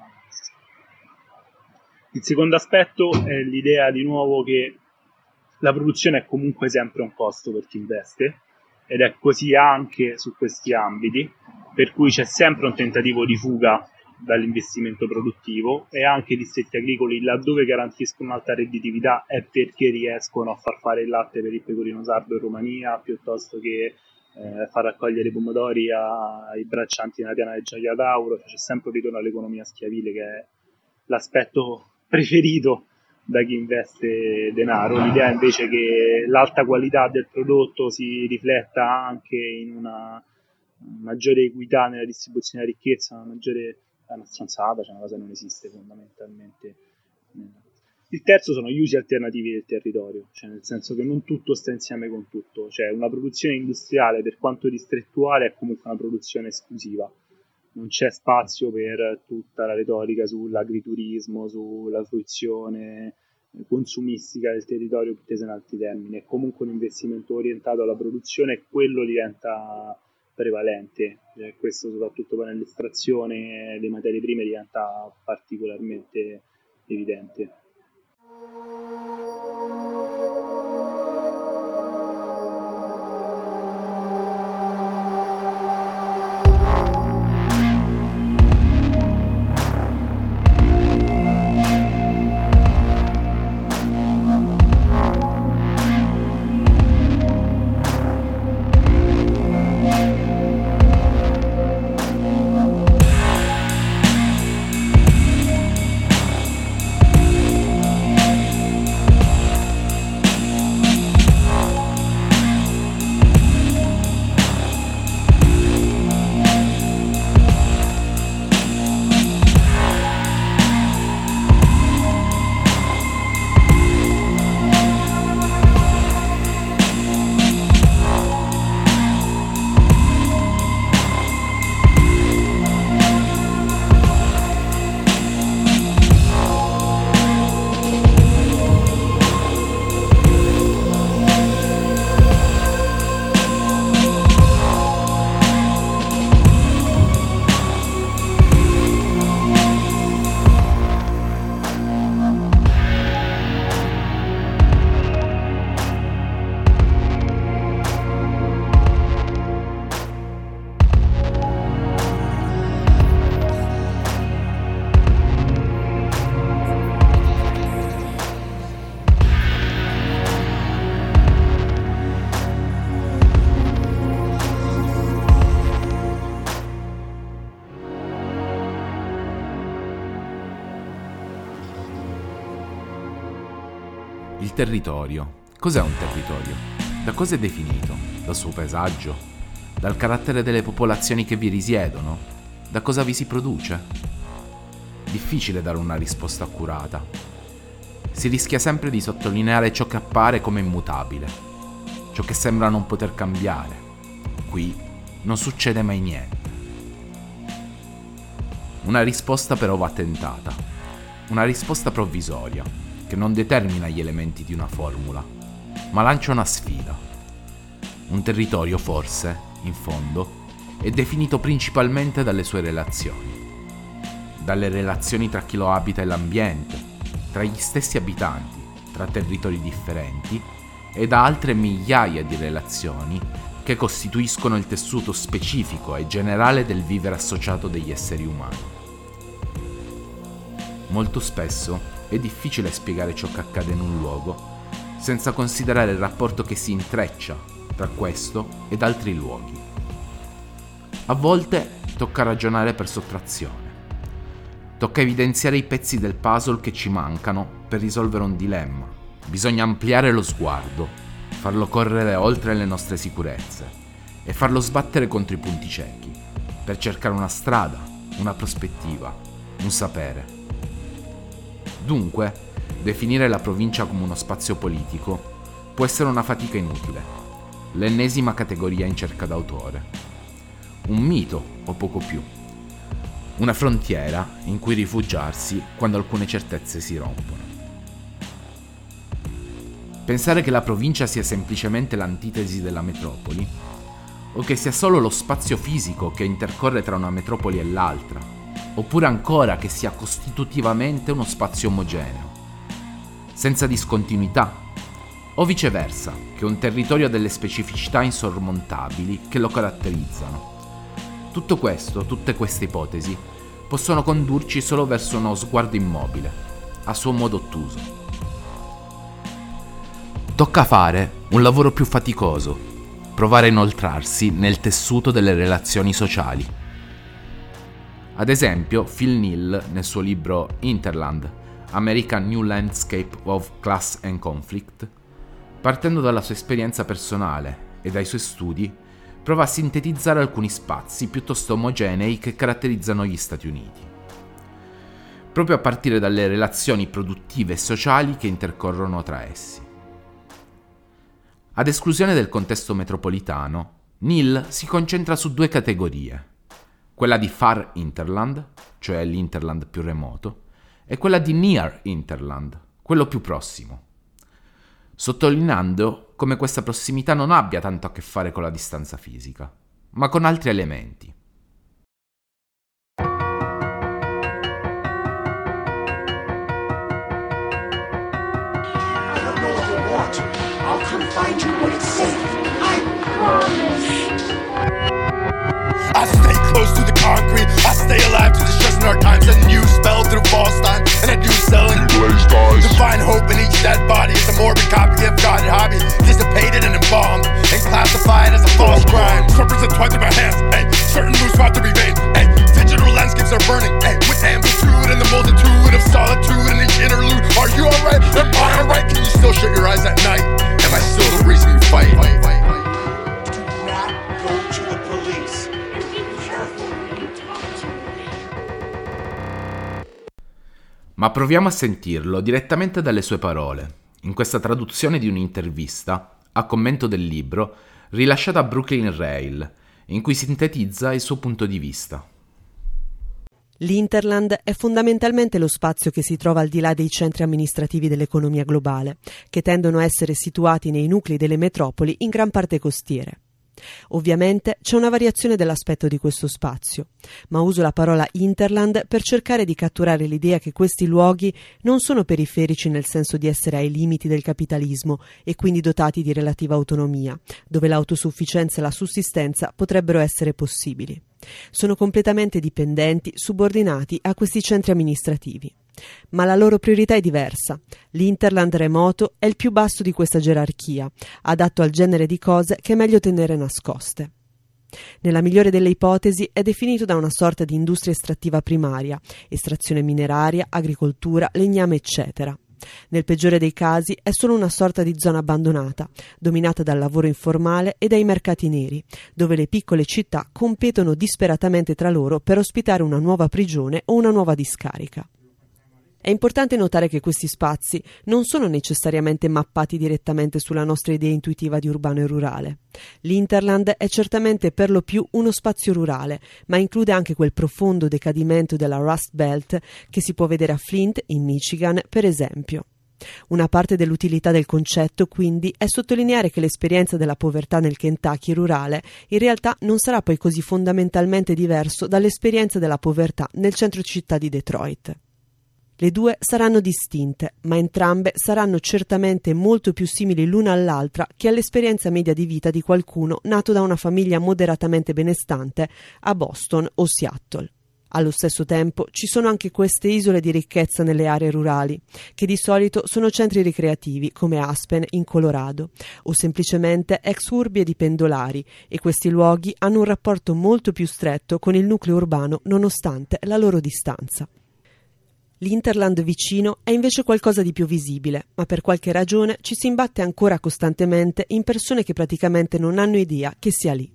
Il secondo aspetto è l'idea di nuovo che la produzione è comunque sempre un costo per chi investe, ed è così anche su questi ambiti, per cui c'è sempre un tentativo di fuga dall'investimento produttivo, e anche i distretti agricoli, laddove garantiscono un'alta redditività, è perché riescono a far fare il latte per il pecorino sardo in Romania piuttosto che eh, far raccogliere i pomodori ai braccianti nella piana del Gioia Tauro. Cioè, c'è sempre un ritorno all'economia schiavile, che è l'aspetto preferito da chi investe denaro. L'idea invece che l'alta qualità del prodotto si rifletta anche in una maggiore equità nella distribuzione della ricchezza, una maggiore è una stronzata, cioè una cosa che non esiste fondamentalmente. Il terzo sono gli usi alternativi del territorio, cioè nel senso che non tutto sta insieme con tutto, cioè una produzione industriale, per quanto distrettuale, è comunque una produzione esclusiva, non c'è spazio per tutta la retorica sull'agriturismo, sulla fruizione consumistica del territorio, intesa in altri termini. È comunque un investimento orientato alla produzione e quello diventa prevalente, eh, questo soprattutto poi nell'estrazione delle materie prime diventa particolarmente evidente. Il territorio. Cos'è un territorio? Da cosa è definito? Dal suo paesaggio? Dal carattere delle popolazioni che vi risiedono? Da cosa vi si produce? Difficile dare una risposta accurata. Si rischia sempre di sottolineare ciò che appare come immutabile, ciò che sembra non poter cambiare. Qui non succede mai niente. Una risposta però va tentata. Una risposta provvisoria, che non determina gli elementi di una formula, ma lancia una sfida. Un territorio, forse, in fondo, è definito principalmente dalle sue relazioni. Dalle relazioni tra chi lo abita e l'ambiente, tra gli stessi abitanti, tra territori differenti, e da altre migliaia di relazioni che costituiscono il tessuto specifico e generale del vivere associato degli esseri umani. Molto spesso è difficile spiegare ciò che accade in un luogo senza considerare il rapporto che si intreccia tra questo ed altri luoghi. A volte tocca ragionare per sottrazione. Tocca evidenziare i pezzi del puzzle che ci mancano per risolvere un dilemma. Bisogna ampliare lo sguardo, farlo correre oltre le nostre sicurezze e farlo sbattere contro i punti ciechi, per cercare una strada, una prospettiva, un sapere. Dunque, definire la provincia come uno spazio politico può essere una fatica inutile, l'ennesima categoria in cerca d'autore. Un mito o poco più. Una frontiera in cui rifugiarsi quando alcune certezze si rompono. Pensare che la provincia sia semplicemente l'antitesi della metropoli, o che sia solo lo spazio fisico che intercorre tra una metropoli e l'altra, oppure ancora che sia costitutivamente uno spazio omogeneo, senza discontinuità, o viceversa, che un territorio ha delle specificità insormontabili che lo caratterizzano. Tutto questo, tutte queste ipotesi, possono condurci solo verso uno sguardo immobile, a suo modo ottuso. Tocca fare un lavoro più faticoso, provare a inoltrarsi nel tessuto delle relazioni sociali. Ad esempio, Phil Neal, nel suo libro Hinterland, American New Landscape of Class and Conflict, partendo dalla sua esperienza personale e dai suoi studi, prova a sintetizzare alcuni spazi piuttosto omogenei che caratterizzano gli Stati Uniti, proprio a partire dalle relazioni produttive e sociali che intercorrono tra essi. Ad esclusione del contesto metropolitano, Neal si concentra su due categorie, quella di Far Hinterland, cioè l'Hinterland più remoto, e quella di Near Hinterland, quello più prossimo, sottolineando come questa prossimità non abbia tanto a che fare con la distanza fisica, ma con altri elementi. I stay close to the concrete, I stay alive to the stress in our times. A new spell through Fallstein, and a new selling to find hope in each dead body. It's a morbid copy of God and hobby, dissipated and embalmed, and classified as a false crime. Serpents entwined through my hands, ay, certain moves fought to be vain, ay, digital landscapes are burning, ay, with amplitude and the multitude of solitude in each interlude. Are you alright? Am I alright? Can you still shut your eyes at night? Am I still the reason you fight? fight, fight, fight. Ma proviamo a sentirlo direttamente dalle sue parole, in questa traduzione di un'intervista a commento del libro rilasciata a Brooklyn Rail, in cui sintetizza il suo punto di vista. L'Hinterland è fondamentalmente lo spazio che si trova al di là dei centri amministrativi dell'economia globale, che tendono a essere situati nei nuclei delle metropoli in gran parte costiere. Ovviamente c'è una variazione dell'aspetto di questo spazio, ma uso la parola Hinterland per cercare di catturare l'idea che questi luoghi non sono periferici nel senso di essere ai limiti del capitalismo e quindi dotati di relativa autonomia, dove l'autosufficienza e la sussistenza potrebbero essere possibili. Sono completamente dipendenti, subordinati a questi centri amministrativi. Ma la loro priorità è diversa. L'Hinterland remoto è il più basso di questa gerarchia, adatto al genere di cose che è meglio tenere nascoste. Nella migliore delle ipotesi è definito da una sorta di industria estrattiva primaria, estrazione mineraria, agricoltura, legname, eccetera. Nel peggiore dei casi è solo una sorta di zona abbandonata, dominata dal lavoro informale e dai mercati neri, dove le piccole città competono disperatamente tra loro per ospitare una nuova prigione o una nuova discarica. È importante notare che questi spazi non sono necessariamente mappati direttamente sulla nostra idea intuitiva di urbano e rurale. L'Hinterland è certamente per lo più uno spazio rurale, ma include anche quel profondo decadimento della Rust Belt che si può vedere a Flint, in Michigan, per esempio. Una parte dell'utilità del concetto, quindi, è sottolineare che l'esperienza della povertà nel Kentucky rurale in realtà non sarà poi così fondamentalmente diverso dall'esperienza della povertà nel centro città di Detroit. Le due saranno distinte, ma entrambe saranno certamente molto più simili l'una all'altra che all'esperienza media di vita di qualcuno nato da una famiglia moderatamente benestante a Boston o Seattle. Allo stesso tempo ci sono anche queste isole di ricchezza nelle aree rurali, che di solito sono centri ricreativi come Aspen in Colorado, o semplicemente ex urbie di pendolari, e questi luoghi hanno un rapporto molto più stretto con il nucleo urbano nonostante la loro distanza. L'Hinterland vicino è invece qualcosa di più visibile, ma per qualche ragione ci si imbatte ancora costantemente in persone che praticamente non hanno idea che sia lì.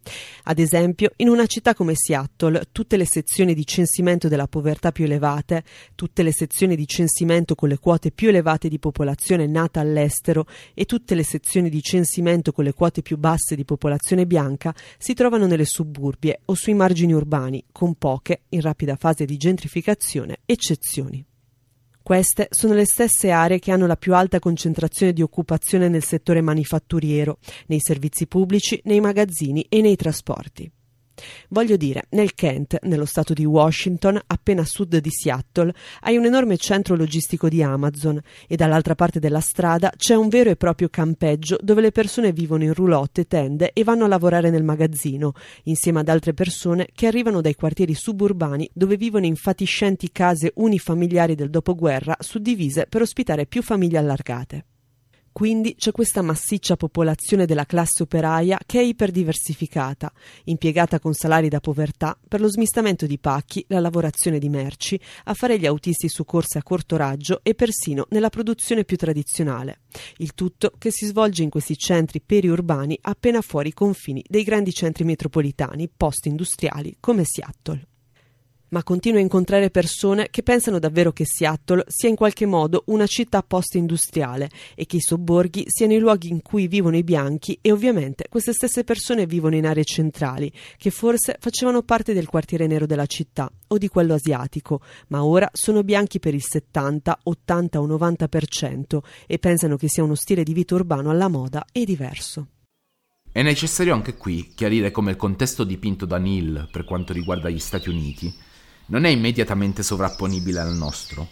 Ad esempio, in una città come Seattle, tutte le sezioni di censimento della povertà più elevate, tutte le sezioni di censimento con le quote più elevate di popolazione nata all'estero e tutte le sezioni di censimento con le quote più basse di popolazione bianca si trovano nelle suburbie o sui margini urbani, con poche, in rapida fase di gentrificazione, eccezioni. Queste sono le stesse aree che hanno la più alta concentrazione di occupazione nel settore manifatturiero, nei servizi pubblici, nei magazzini e nei trasporti. Voglio dire, nel Kent, nello stato di Washington, appena a sud di Seattle, hai un enorme centro logistico di Amazon e dall'altra parte della strada c'è un vero e proprio campeggio dove le persone vivono in roulotte e tende e vanno a lavorare nel magazzino, insieme ad altre persone che arrivano dai quartieri suburbani dove vivono in fatiscenti case unifamiliari del dopoguerra suddivise per ospitare più famiglie allargate. Quindi c'è questa massiccia popolazione della classe operaia che è iperdiversificata, impiegata con salari da povertà per lo smistamento di pacchi, la lavorazione di merci, a fare gli autisti su corse a corto raggio e persino nella produzione più tradizionale. Il tutto che si svolge in questi centri periurbani appena fuori i confini dei grandi centri metropolitani post-industriali come Seattle. Ma continuo a incontrare persone che pensano davvero che Seattle sia in qualche modo una città post-industriale e che i sobborghi siano i luoghi in cui vivono i bianchi, e ovviamente queste stesse persone vivono in aree centrali che forse facevano parte del quartiere nero della città o di quello asiatico, ma ora sono bianchi per il settanta, ottanta o novanta per cento e pensano che sia uno stile di vita urbano alla moda e diverso. È necessario anche qui chiarire come il contesto dipinto da Neil per quanto riguarda gli Stati Uniti non è immediatamente sovrapponibile al nostro.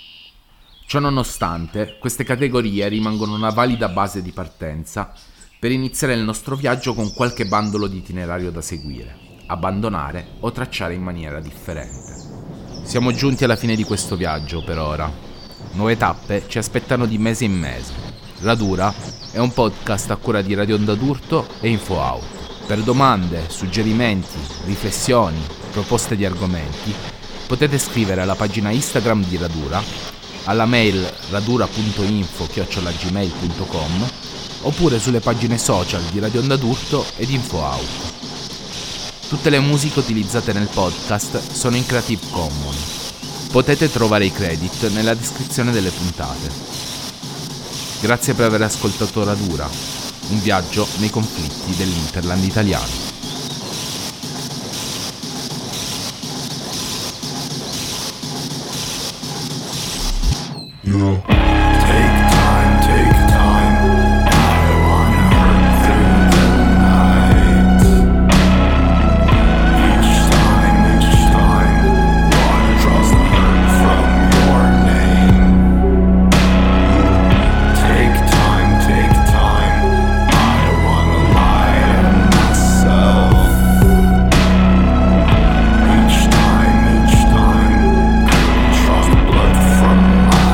Ciononostante, queste categorie rimangono una valida base di partenza per iniziare il nostro viaggio con qualche bandolo di itinerario da seguire, abbandonare o tracciare in maniera differente. Siamo giunti alla fine di questo viaggio per ora. Nuove tappe ci aspettano di mese in mese. Radura è un podcast a cura di Radio Onda d'Urto e InfoAut. Per domande, suggerimenti, riflessioni, proposte di argomenti, potete scrivere alla pagina Instagram di Radura, alla mail radura punto info chiocciola gmail punto com oppure sulle pagine social di Radio Onda d'Urto ed InfoAut. Tutte le musiche utilizzate nel podcast sono in Creative Commons. Potete trovare i credit nella descrizione delle puntate. Grazie per aver ascoltato Radura, un viaggio nei conflitti dell'Interland italiano. Yeah. Take time, take time. I wanna hurt through the night. Each time, each time, water draws the hurt from your name. Take time, take time. I wanna lie to myself. Each time, each time, draws the blood from my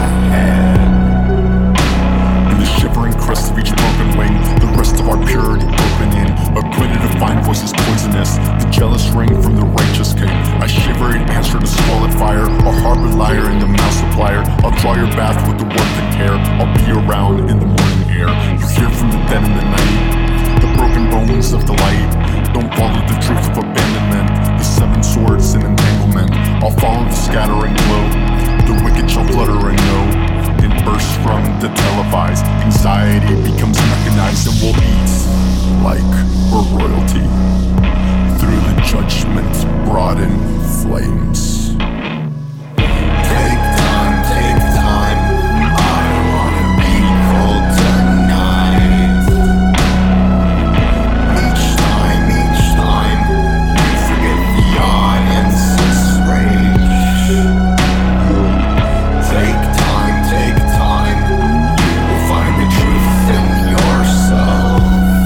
crest of each broken wing, the rest of our purity broken in. Acquitted of fine voices poisonous, the jealous ring from the righteous king. I shiver in answer to squalid fire, a harbor liar in the mouse supplier. I'll draw your bath with the worth and care. I'll be around in the morning air. You hear from the dead in the night, the broken bones of the light. Don't follow the truth of abandonment, the seven swords in entanglement. I'll follow the scattering glow, the wicked shall flutter and know. And burst from the televised, anxiety becomes mechanized and will eat like a royalty through the judgment brought in flames. Take time, take time. I wanna be cold tonight. Each time, each time, you forget the audience's rage. Take time, take time. You will find the truth in yourself.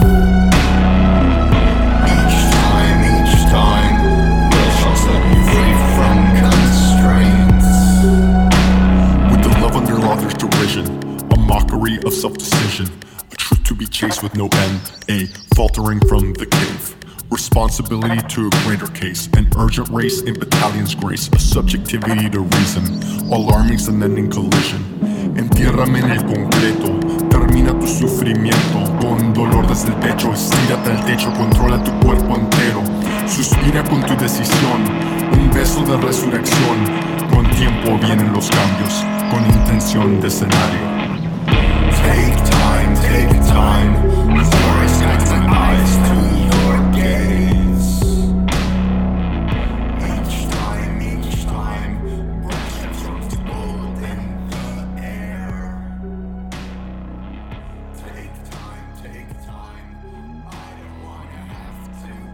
Each time, each time, will shall set you free from constraints. With the love under law there's derision, a mockery of self-decision, a truth to be chased with no end, a faltering from the cave. Responsibility to a greater case, an urgent race in battalion's grace, a subjectivity to reason, all armies unending collision. Entiérrame en el completo, termina tu sufrimiento, con dolor desde el pecho, estírate al techo, controla tu cuerpo entero, suspira con tu decisión, un beso de resurrección, con tiempo vienen los cambios, con intención de escenario. Take time, take time.